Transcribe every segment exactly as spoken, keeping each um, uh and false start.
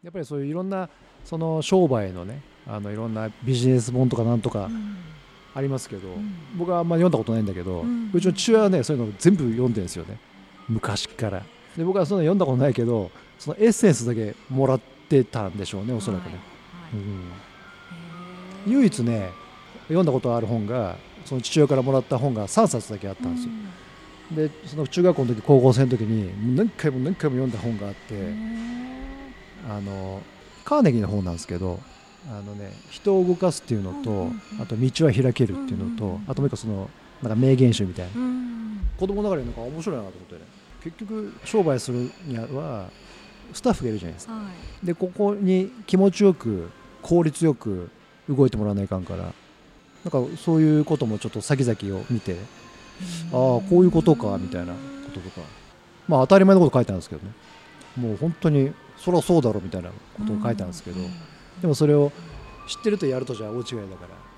やっぱりそういういろんなその商売のね、あのいろんなビジネス本とかなんとかありますけど、うん、僕はあんまり読んだことないんだけど、うん、うちの父親はねそういうの全部読んでるんですよね、昔から。で僕はその読んだことないけど、そのエッセンスだけもらってたんでしょうね、おそらくね、はいはい、うん、唯一ね読んだことある本が、その父親からもらった本がさんさつだけあったんですよ、うん、でその中学校の時、高校生の時に何回も何回も読んだ本があって、あのカーネギーの本なんですけど、あのね、人を動かすっていうのと、うんうんうん、あと道は開けるっていうのと、うんうんうん、あともう一個そのなんか名言集みたいな、うん、子供ながらになんか面白いなと思ってね、結局商売するにはスタッフがいるじゃないですか、はい、でここに気持ちよく効率よく動いてもらわないかんから、なんかそういうこともちょっと先々を見て、ああこういうことかみたいなこととか、まあ当たり前のこと書いてあるんですけどね、もう本当にそりゃそうだろうみたいなことを書いてあるんですけど、でもそれを知ってるとやるとじゃ大違いだから、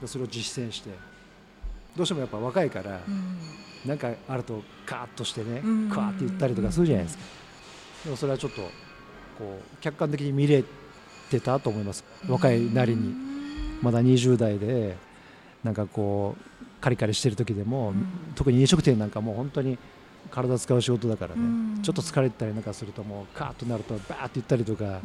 それを実践して、どうしてもやっぱ若いから、うん、なんかあるとカーッとしてね、うん、カーって言ったりとかするじゃないですか。でもそれはちょっとこう客観的に見れてたと思います、若いなりに。まだにじゅう代でなんかこうカリカリしてる時でも、うん、特に飲食店なんかもう本当に体使う仕事だからね、うん、ちょっと疲れてたりなんかするともうカーッとなるとバーッて言ったりとか、うん、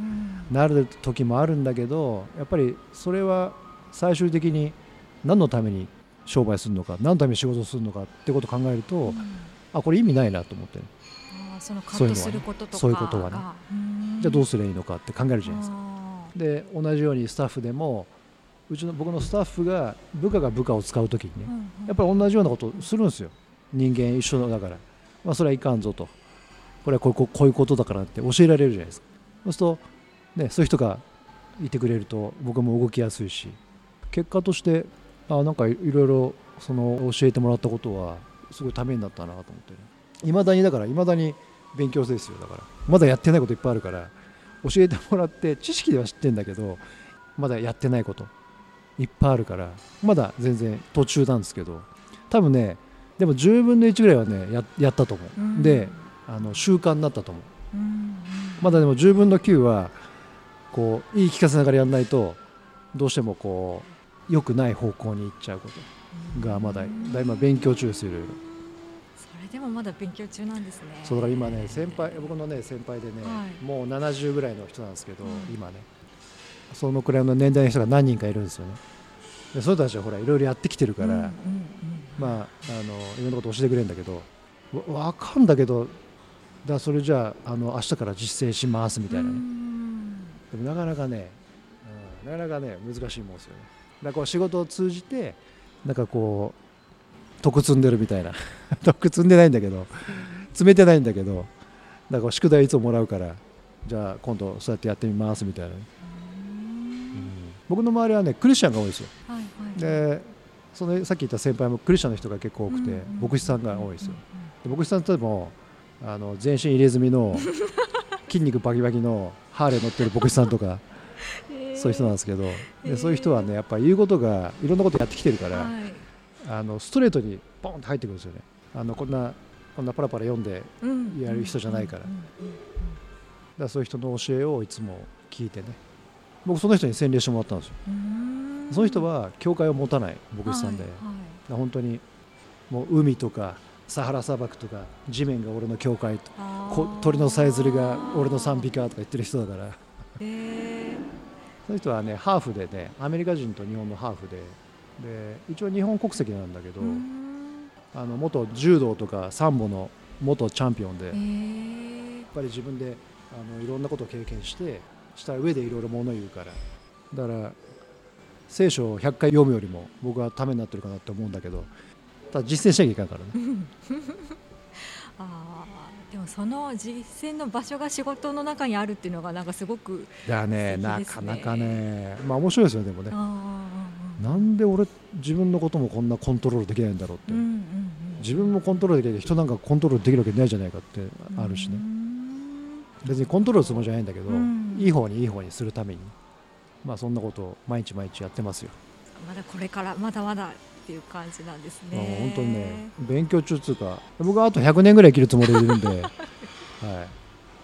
なる時もあるんだけど、やっぱりそれは最終的に何のために商売するのか、何のために仕事をするのかってことを考えると、うん、あこれ意味ないなと思って、ね、 あそのカットすることとか、 そういうのはね、そういうことはね、うん、じゃあどうすればいいのかって考えるじゃないですか。で同じようにスタッフでも、うちの僕のスタッフが部下が部下を使うときにね、うんうん、やっぱり同じようなことをするんですよ。人間一緒だから、まあ、それはいかんぞと、これはこう、こういうことだからって教えられるじゃないですか。そうすると、ね、そういう人がいてくれると僕も動きやすいし、結果としてあなんかいろいろその教えてもらったことはすごいためになったなと思ってね。いまだにだからいまだに勉強ですよ。だからまだやってないこといっぱいあるから、教えてもらって知識では知ってるんだけど、まだやってないこといっぱいあるから、まだ全然途中なんですけど、多分ねでもじゅうぶんのいちぐらいはね や, やったと思う、うん、であの習慣になったと思う、うん、まだでもじゅうぶんのきゅうはこう言い聞かせながらやらないと、どうしてもこう良くない方向に行っちゃうことがまだ、だ今勉強中ですよ。いろいろ。 それでもまだ勉強中なんですね。 そうだから今ね先輩、僕のね先輩でね、はい、もうななじゅうぐらいの人なんですけど、うん、今ねそのくらいの年代の人が何人かいるんですよね。でその人たちはほらいろいろやってきてるから、うんうんうん、まあ、あのいろんなこと教えてくれるんだけど、わかんだけど、だそれじゃあ、あの明日から実践しますみたいなね。でもなかなかね、うん、なかなかね難しいもんですよね。だからこう仕事を通じてなんかこう徳積んでるみたいな徳積んでないんだけど、積めてないんだけど、だから宿題いつももらうから、じゃあ今度そうやってやってみますみたいな、ね、うん、僕の周りはねクリスチャンが多いですよ、はいはいはい、でそのさっき言った先輩もクリスチャンの人が結構多くて、うんうん、牧師さんが多いですよ。で牧師さんとでもあの全身入れ墨の筋肉バキバキのハーレー乗ってる牧師さんとかそういう人なんですけど、でそういう人はねやっぱ言うことがいろんなことやってきてるから、はい、あのストレートにポンと入ってくるんですよね。あのこんなこんなパラパラ読んでやる人じゃないから、だからそういう人の教えをいつも聞いてね、僕その人に洗礼してもらったんですよ。その人は教会を持たない牧師さんで、はいはい、本当にもう海とかサハラ砂漠とか地面が俺の教会と、鳥のさえずりが俺の賛美歌とか言ってる人だから、えー、その人はねハーフでね、アメリカ人と日本のハーフで、で一応日本国籍なんだけど、あの元柔道とかサンボの元チャンピオンで、えー、やっぱり自分であのいろんなことを経験してした上でいろいろ物を言うから、だから聖書をひゃっかい読むよりも僕はためになってるかなって思うんだけど、ただ実践しなきゃいかんからねあでもその実践の場所が仕事の中にあるっていうのがなんかすごく素敵ですね。 だね、なかなかね、まあ面白いですよね。でもね、なんで俺自分のこともこんなコントロールできないんだろうって、うんうんうん、自分もコントロールできない人なんかコントロールできるわけないじゃないかってあるしね、別にコントロールするつもりじゃないんだけど、うん、いい方にいい方にするために、まあそんなことを毎日毎日やってますよ。 まだこれからまだまだっていう感じなんですね。 もう本当にね勉強中っていうか、僕はあとひゃくねんぐらい生きるつもりでいるんで、はい、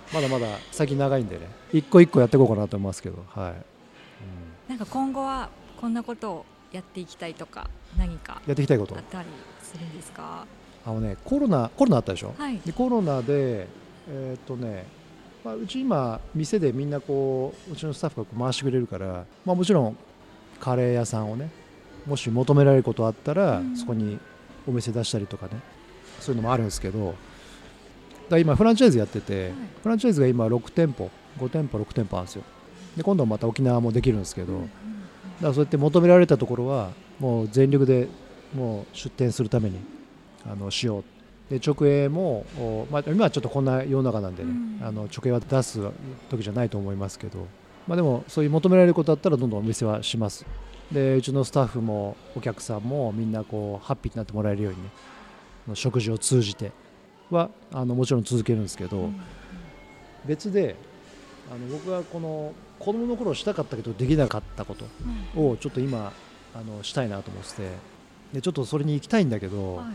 まだまだ先長いんでね、一個一個やっていこうかなと思いますけど、はい、うん、 なんか今後はこんなことをやっていきたいとか何かやっていきたいことあったりするんですか？ あのね、コロナコロナあったでしょ、 はい、 でコロナで、えーっとねまあ、うち今店でみんなこううちのスタッフがこう回してくれるから、まあ、もちろんカレー屋さんをねもし求められることあったら、うん、そこにお店出したりとかねそういうのもあるんですけど、だから今フランチャイズやってて、はい、フランチャイズが今ろくてんぽごてんぽろくてんぽあるんですよ。で今度はまた沖縄もできるんですけど、うん、だからそうやって求められたところはもう全力でもう出店するためにあのしよう。で直営も、まあ、今はちょっとこんな世の中なんでね、うん、あの直営は出す時じゃないと思いますけど、まあ、でもそういう求められることだったらどんどんお店はします。でうちのスタッフもお客さんもみんなこうハッピーになってもらえるようにね食事を通じてはあのもちろん続けるんですけど、うん、別であの僕がこの子供の頃したかったけどできなかったことをちょっと今あのしたいなと思ってて、でちょっとそれに行きたいんだけど、はい、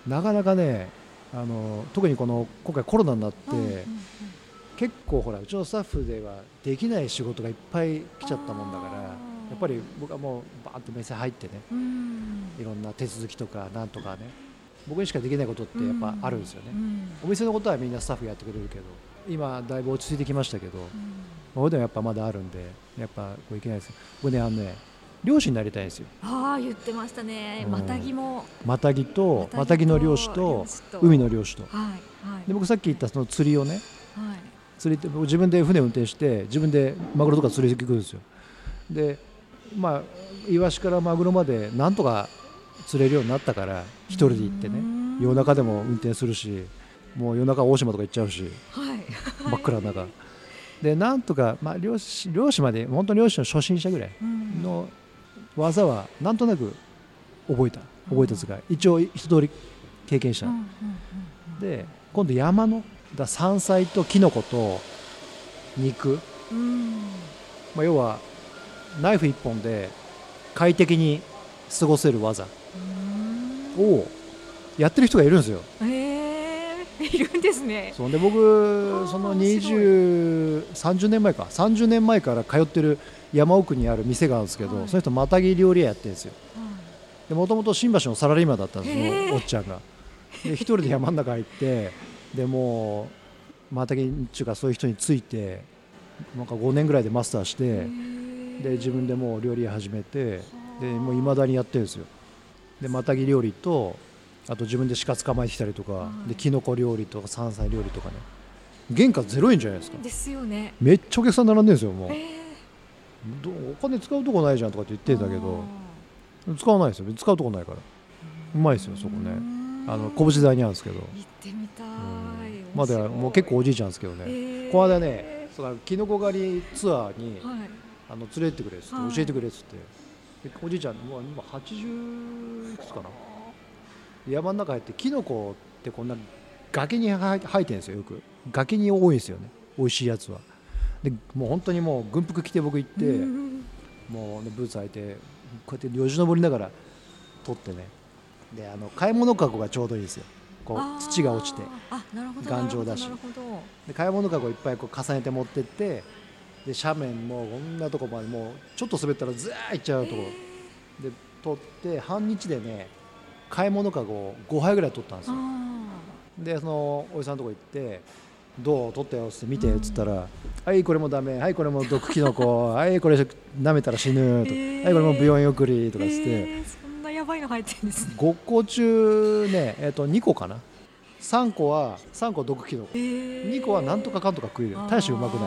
なかなかねあの特にこの今回コロナになって、うんうんうん、結構ほらうちのスタッフではできない仕事がいっぱい来ちゃったもんだから、やっぱり僕はもうバーッと店入ってね、うん、いろんな手続きとかなんとかね僕にしかできないことってやっぱあるんですよね、うんうん、お店のことはみんなスタッフやってくれるけど今だいぶ落ち着いてきましたけど、うん、まあ、でもやっぱまだあるんでやっぱこういけないです。僕ねあのね漁師になりたいんですよ。 ああ言ってましたね、うん、マタギもマタギとマタギの漁師と海の漁師と、はいはい、で僕さっき言ったその釣りをね、はい、釣りって自分で船運転して自分でマグロとか釣りに行くんですよ。でまあイワシからマグロまでなんとか釣れるようになったから一人で行ってね、夜中でも運転するしもう夜中大島とか行っちゃうし、はい、真っ暗な中でなんとか、まあ、漁師、漁師まで本当に漁師の初心者ぐらいの技はなんとなく覚えた覚えたつが一応一通り経験した、うんうんうんうん、で今度山のだ山菜とキノコと肉、うん、まあ、要はナイフ一本で快適に過ごせる技をやってる人がいるんですよ。 へー、いるんですね。 そうで僕そのにじゅう、さんじゅうねんまえかさんじゅうねんまえから通ってる山奥にある店があるんですけど、はい、その人マタギ料理屋やってるんですよ。もともと新橋のサラリーマンだったんですよおっちゃんが。で一人で山の中入ってでもうマタギっていうかそういう人についてなんかごねんぐらいでマスターしてで自分でもう料理屋始めてでもう未だにやってるんですよ。でマタギ料理とあと自分で鹿捕まえてきたりとか、はい、でキノコ料理とか山菜料理とかね原価ゼロえんじゃないですか。 ですよね。 めっちゃお客さん並んでるんですよ。もうどお金使うとこないじゃんとかって言ってんだけど使わないですよ。使うとこないからうまいですよそこね。あの小淵台にあるんですけど行ってみたい、うん、 まだもう結構おじいちゃんですけどね、えー、この間ねそのキノコ狩りツアーに、はい、あの連れてってくれっつって、はい、教えてくれっつっておじいちゃんもう今はちじゅういくつかな。山の中入ってキノコってこんな崖に生えてるんですよ。よく崖に多いんですよね美味しいやつは。でもう本当にもう軍服着て僕行って、うん、もう、ね、ブーツ履いてこうやってよじ登りながら取ってねであの買い物かごがちょうどいいですよ。こう土が落ちて頑丈だしで買い物かごいっぱいこう重ねて持ってってで斜面もこんなとこまでもうちょっと滑ったらずーっといっちゃうところで取って半日でね買い物かごをごはいぐらい取ったんですよ。でそのおじさんのとこ行ってどう取ったよって見てっつったら、うん、はいこれもダメはいこれも毒キノコはいこれ舐めたら死ぬと、えー、はいこれも病院送りとかっつって、えー、 そんなやばいの入ってるんですね。 ごこ中ね、えー、とにこかなさんこはさんこ毒キノコ、えー、にこはなんとかかんとか食える大してうまくない、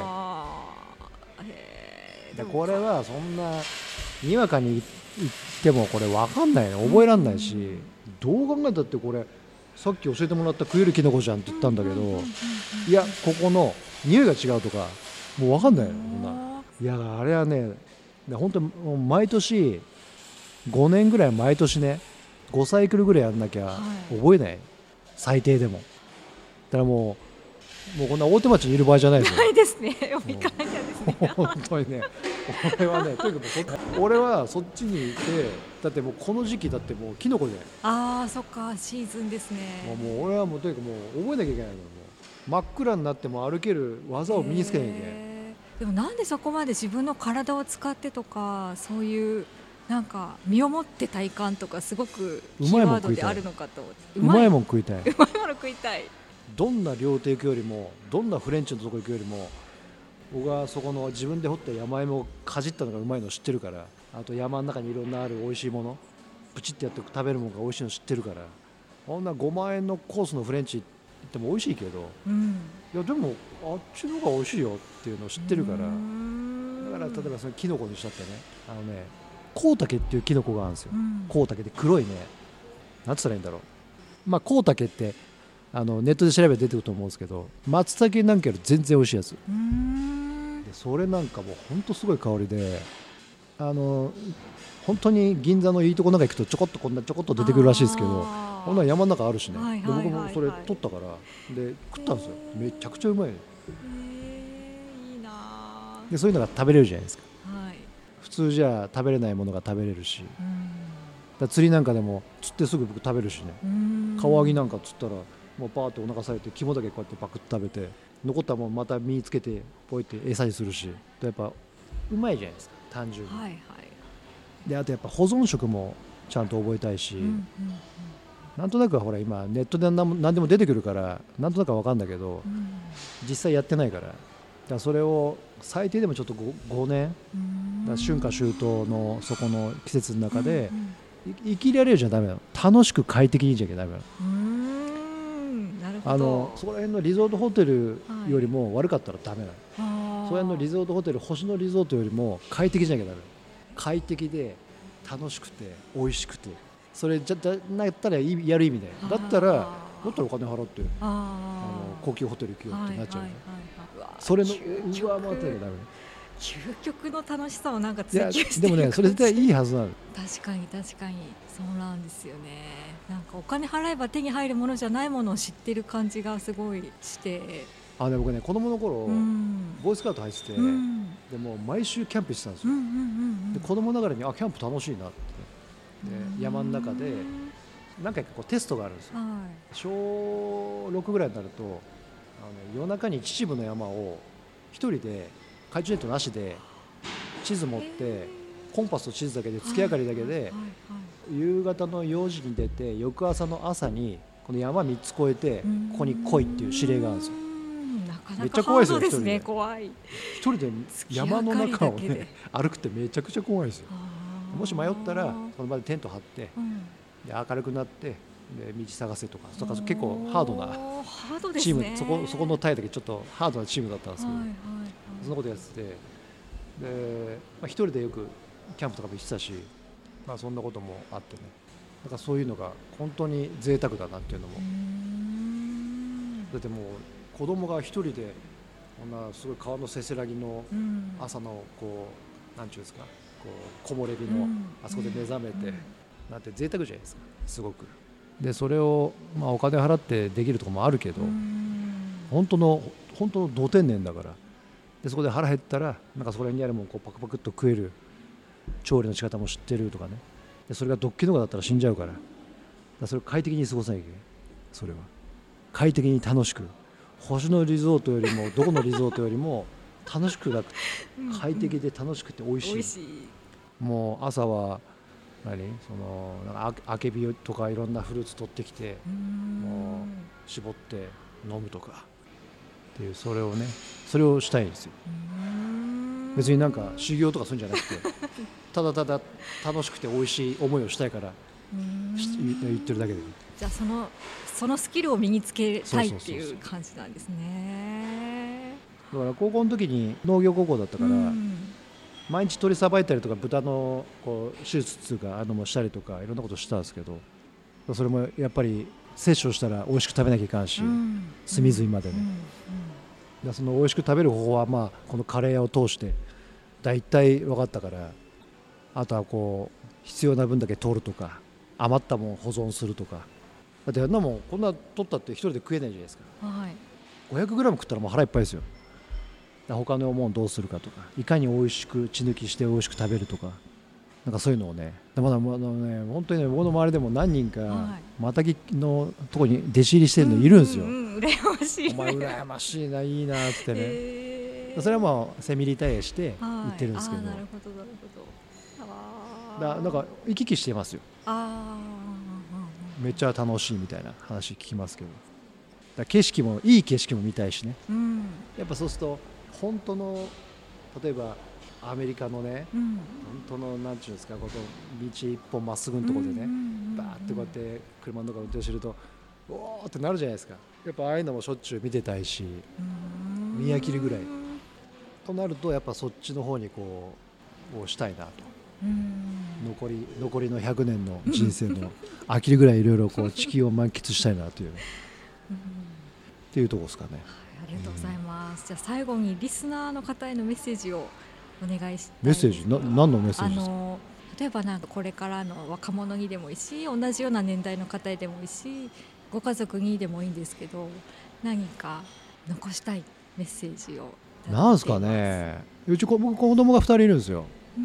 えー、でこれはそんなにわかに言ってもこれ分かんないね覚えらんないし、うん、どう考えたってこれさっき教えてもらった食えるキノコじゃんって言ったんだけど、いやここの匂いが違うとかもう分かんないよ。いやあれはね本当に毎年ごねんぐらい毎年ねごサイクルぐらいやんなきゃ覚えない、はい、最低でも。だからもうもうこんな大手町にいる場合じゃないですよ。 ないですね。おみかん屋ですね。 本当にね俺はねとにかく俺はそっちにいてだってもうこの時期だってもうキノコでああそっかシーズンですね。 もう俺はもうとにかくもう覚えなきゃいけないのよ。も真っ暗になっても歩ける技を身につけなきゃいけない。 でもなんでそこまで自分の体を使ってとかそういうなんか身をもって体感とかすごくキーワードであるのかと思って。 うまいもん食いたい。 うまいもの食いたい。 どんな料亭行くよりもどんなフレンチのとこ行くよりも僕はそこの自分で掘った山芋をかじったのがうまいの知ってるから、あと山の中にいろんなある美味しいものプチってやって食べるものが美味しいの知ってるから、こんなごまん円のコースのフレンチ行っても美味しいけど、うん、いやでもあっちの方が美味しいよっていうのを知ってるから、だから例えばそのキノコにしたってね、あのねコウタケっていうキノコがあるんですよ。コウタケって黒いね、なんつったらいいんだろう、まあコウタケってあのネットで調べて出てくると思うんですけど、松茸なんかより全然美味しいやつ。うーんでそれなんかもう本当すごい香りで、あの本当に銀座のいいとこなんか行くとちょこっとこんなちょこっと出てくるらしいですけど、こんな山の中あるしね、はいはいはいはい、で僕もそれ取ったからで食ったんですよ。めちゃくちゃうまい、ね、 いいなでそういうのが食べれるじゃないですか、 はい、 普通じゃ食べれないものが食べれるし、うん、だ釣りなんかでも釣ってすぐ僕食べるしね、カワハギなんか釣ったらもうパーッとお腹されて肝だけこうやってパクッと食べて残ったもんまた身つけてポイって餌にするし、やっぱうまいじゃないですか単純に、はいはい、であとやっぱ保存食もちゃんと覚えたいし、うんうんうん、なんとなくほら今ネットで何でも出てくるからなんとなく分かるんだけど、うん、実際やってないから、だからそれを最低でもちょっと 5, ごねん、だから春夏秋冬のそこの季節の中で、うんうん、生きられるじゃダメなの、楽しく快適にいいじゃダメなの、うんあのそこら辺のリゾートホテルよりも悪かったらダメなの、はい、そこら辺のリゾートホテル星野リゾートよりも快適じゃなきゃダメ、快適で楽しくて美味しくて、それじゃなったらやる意味だよ、だったらだったらお金払ってあの高級ホテル行くよってなっちゃう、はいはいはい、それの上回ってるダメ、 究極の楽しさをなんか追求してる感じ。 でもねそれ絶対いいはずなの。 確かに確かにそうなんですよね。なんかお金払えば手に入るものじゃないものを知ってる感じがすごいして、 あで僕ね子供の頃、うん、ボーイスカウト入ってて、うん、でも毎週キャンプしてたんですよ、うんうんうんうん、で子供ながらにあキャンプ楽しいなって、で山の中で何回かこうテストがあるんですよ、はい、しょうろくぐらいになるとあの夜中に秩父の山を一人で懐中電灯なしで地図持ってコンパスと地図だけで月明かりだけで夕方のよじに出て翌朝の朝にこの山みっつ越えてここに来いっていう指令があるんですよ。 なかなかハードですね。怖い。 一人で山の中をね歩くってめちゃくちゃ怖いですよ。もし迷ったらその場でテント張ってで明るくなってで道探せとか、そ結構ハードなチーム、そこそこの隊だけちょっとハードなチームだったんですけど、そんなことやってて、で、まあ、一人でよくキャンプとかも行ってたし、まあ、そんなこともあってね、だからそういうのが本当に贅沢だなっていうのも、だってもう子供が一人でこんなすごい川のせせらぎの朝のこうなんていうんですか、こう木漏れ日のあそこで目覚めてなんて贅沢じゃないですか、すごく。でそれをまあお金払ってできるところもあるけど、本当の本当のど天然だから、でそこで腹減ったらなんかそこら辺にあるもんこうパクパクっと食える調理の仕方も知ってるとかね、でそれが毒キノコだったら死んじゃうから、だからそれを快適に過ごさなきゃいけない。それは快適に楽しく、星野リゾートよりもどこのリゾートよりも楽しくなくて快適で楽しくて美味しい。うんうん、しいもう朝は何そのなんかあけびとかいろんなフルーツ取ってきてもう絞って飲むとかっていう、それをねそれをしたいんですよ。別になんか修行とかするんじゃなくてただただ楽しくて美味しい思いをしたいから言ってるだけで。 じゃあそのそのスキルを身につけたいっていう感じなんですね。 だから高校の時に農業高校だったから、毎日鳥さばいたりとか豚のこう手術っていうかあのもしたりとかいろんなことしたんですけど、それもやっぱり摂取をしたら美味しく食べなきゃいかんし、隅々までね、うんうん、その美味しく食べる方法はまあこのカレー屋を通してだいたい分かったから、あとはこう必要な分だけ取るとか余ったもん保存するとか、だってあんなもんこんな取ったって一人で食えないじゃないですか、はい、ごひゃくグラム食ったらもう腹いっぱいですよ。他のものどうするかとか、いかに美味しく血抜きして美味しく食べるとか、 なんかそういうのをね、まだまだね、本当にね、僕の周りでも何人かマタギのとこに弟子入りしてるのいるんですよ。 うんうんうん、羨ましい、ね、 お前羨ましいな、いいなっつってね、えー、それはまあセミリタイアして言ってるんですけど、はい、 あ、なるほどなるほど、あだなんか行き来してますよ。 あ、 めっちゃ楽しいみたいな話聞きますけど、だ景色もいい景色も見たいしね、うん、やっぱそうすると本当の例えばアメリカのね、うん、本当のなんていうんですか、この道一本まっすぐのところでね、バーってこうやって車の中運転してるとおーってなるじゃないですか。やっぱああいうのもしょっちゅう見てたいし、見飽きるぐらいとなると、やっぱそっちの方にこうをしたいなと、残り残りのひゃくねんの人生の飽きるぐらいいろいろこう地球を満喫したいなというっていうところですかね。 ありがとうございます。じゃあ最後にリスナーの方へのメッセージをお願いしたい。 メッセージな何のメッセージですか。 あの例えばなんかこれからの若者にでもいいし、同じような年代の方へでもいいし、ご家族にでもいいんですけど、何か残したいメッセージを。 なんですかね。うち僕子供がふたりいるんですよ、うん、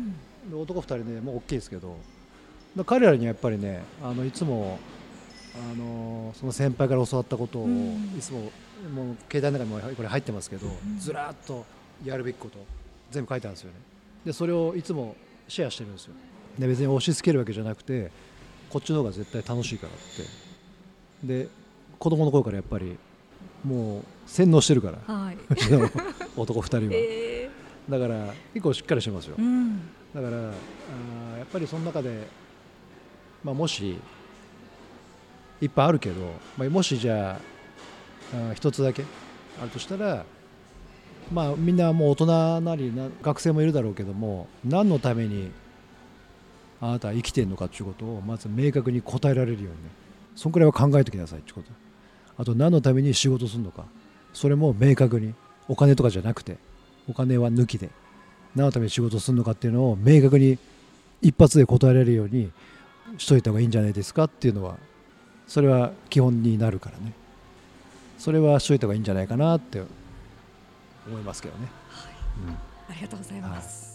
男ふたりね、もう大きいですけど、彼らにはやっぱりね、あのいつもあのその先輩から教わったことを、うん、いつももう携帯の中にもこれ入ってますけど、うん、ずらっとやるべきこと全部書いてあるんですよね。でそれをいつもシェアしてるんですよ。で別に押し付けるわけじゃなくて、こっちの方が絶対楽しいからって。で子供の頃からやっぱりもう洗脳してるから、はい、男ふたりは、えー、だから結構しっかりしてますよ、うん、だからあやっぱりその中で、まあ、もしいっぱいあるけど、まあ、もしじゃあ一つだけあるとしたら、まあ、みんなもう大人なりな学生もいるだろうけども、何のためにあなたは生きてるのかということをまず明確に答えられるようにね、そんくらいは考えておきなさいということ。あと何のために仕事するのか、それも明確に、お金とかじゃなくて、お金は抜きで何のために仕事するのかっていうのを明確に一発で答えられるようにしといた方がいいんじゃないですかっていうのは、それは基本になるからね、それはしといた方がいいんじゃないかなって思いますけどね、 はい、うん、ありがとうございます、はい。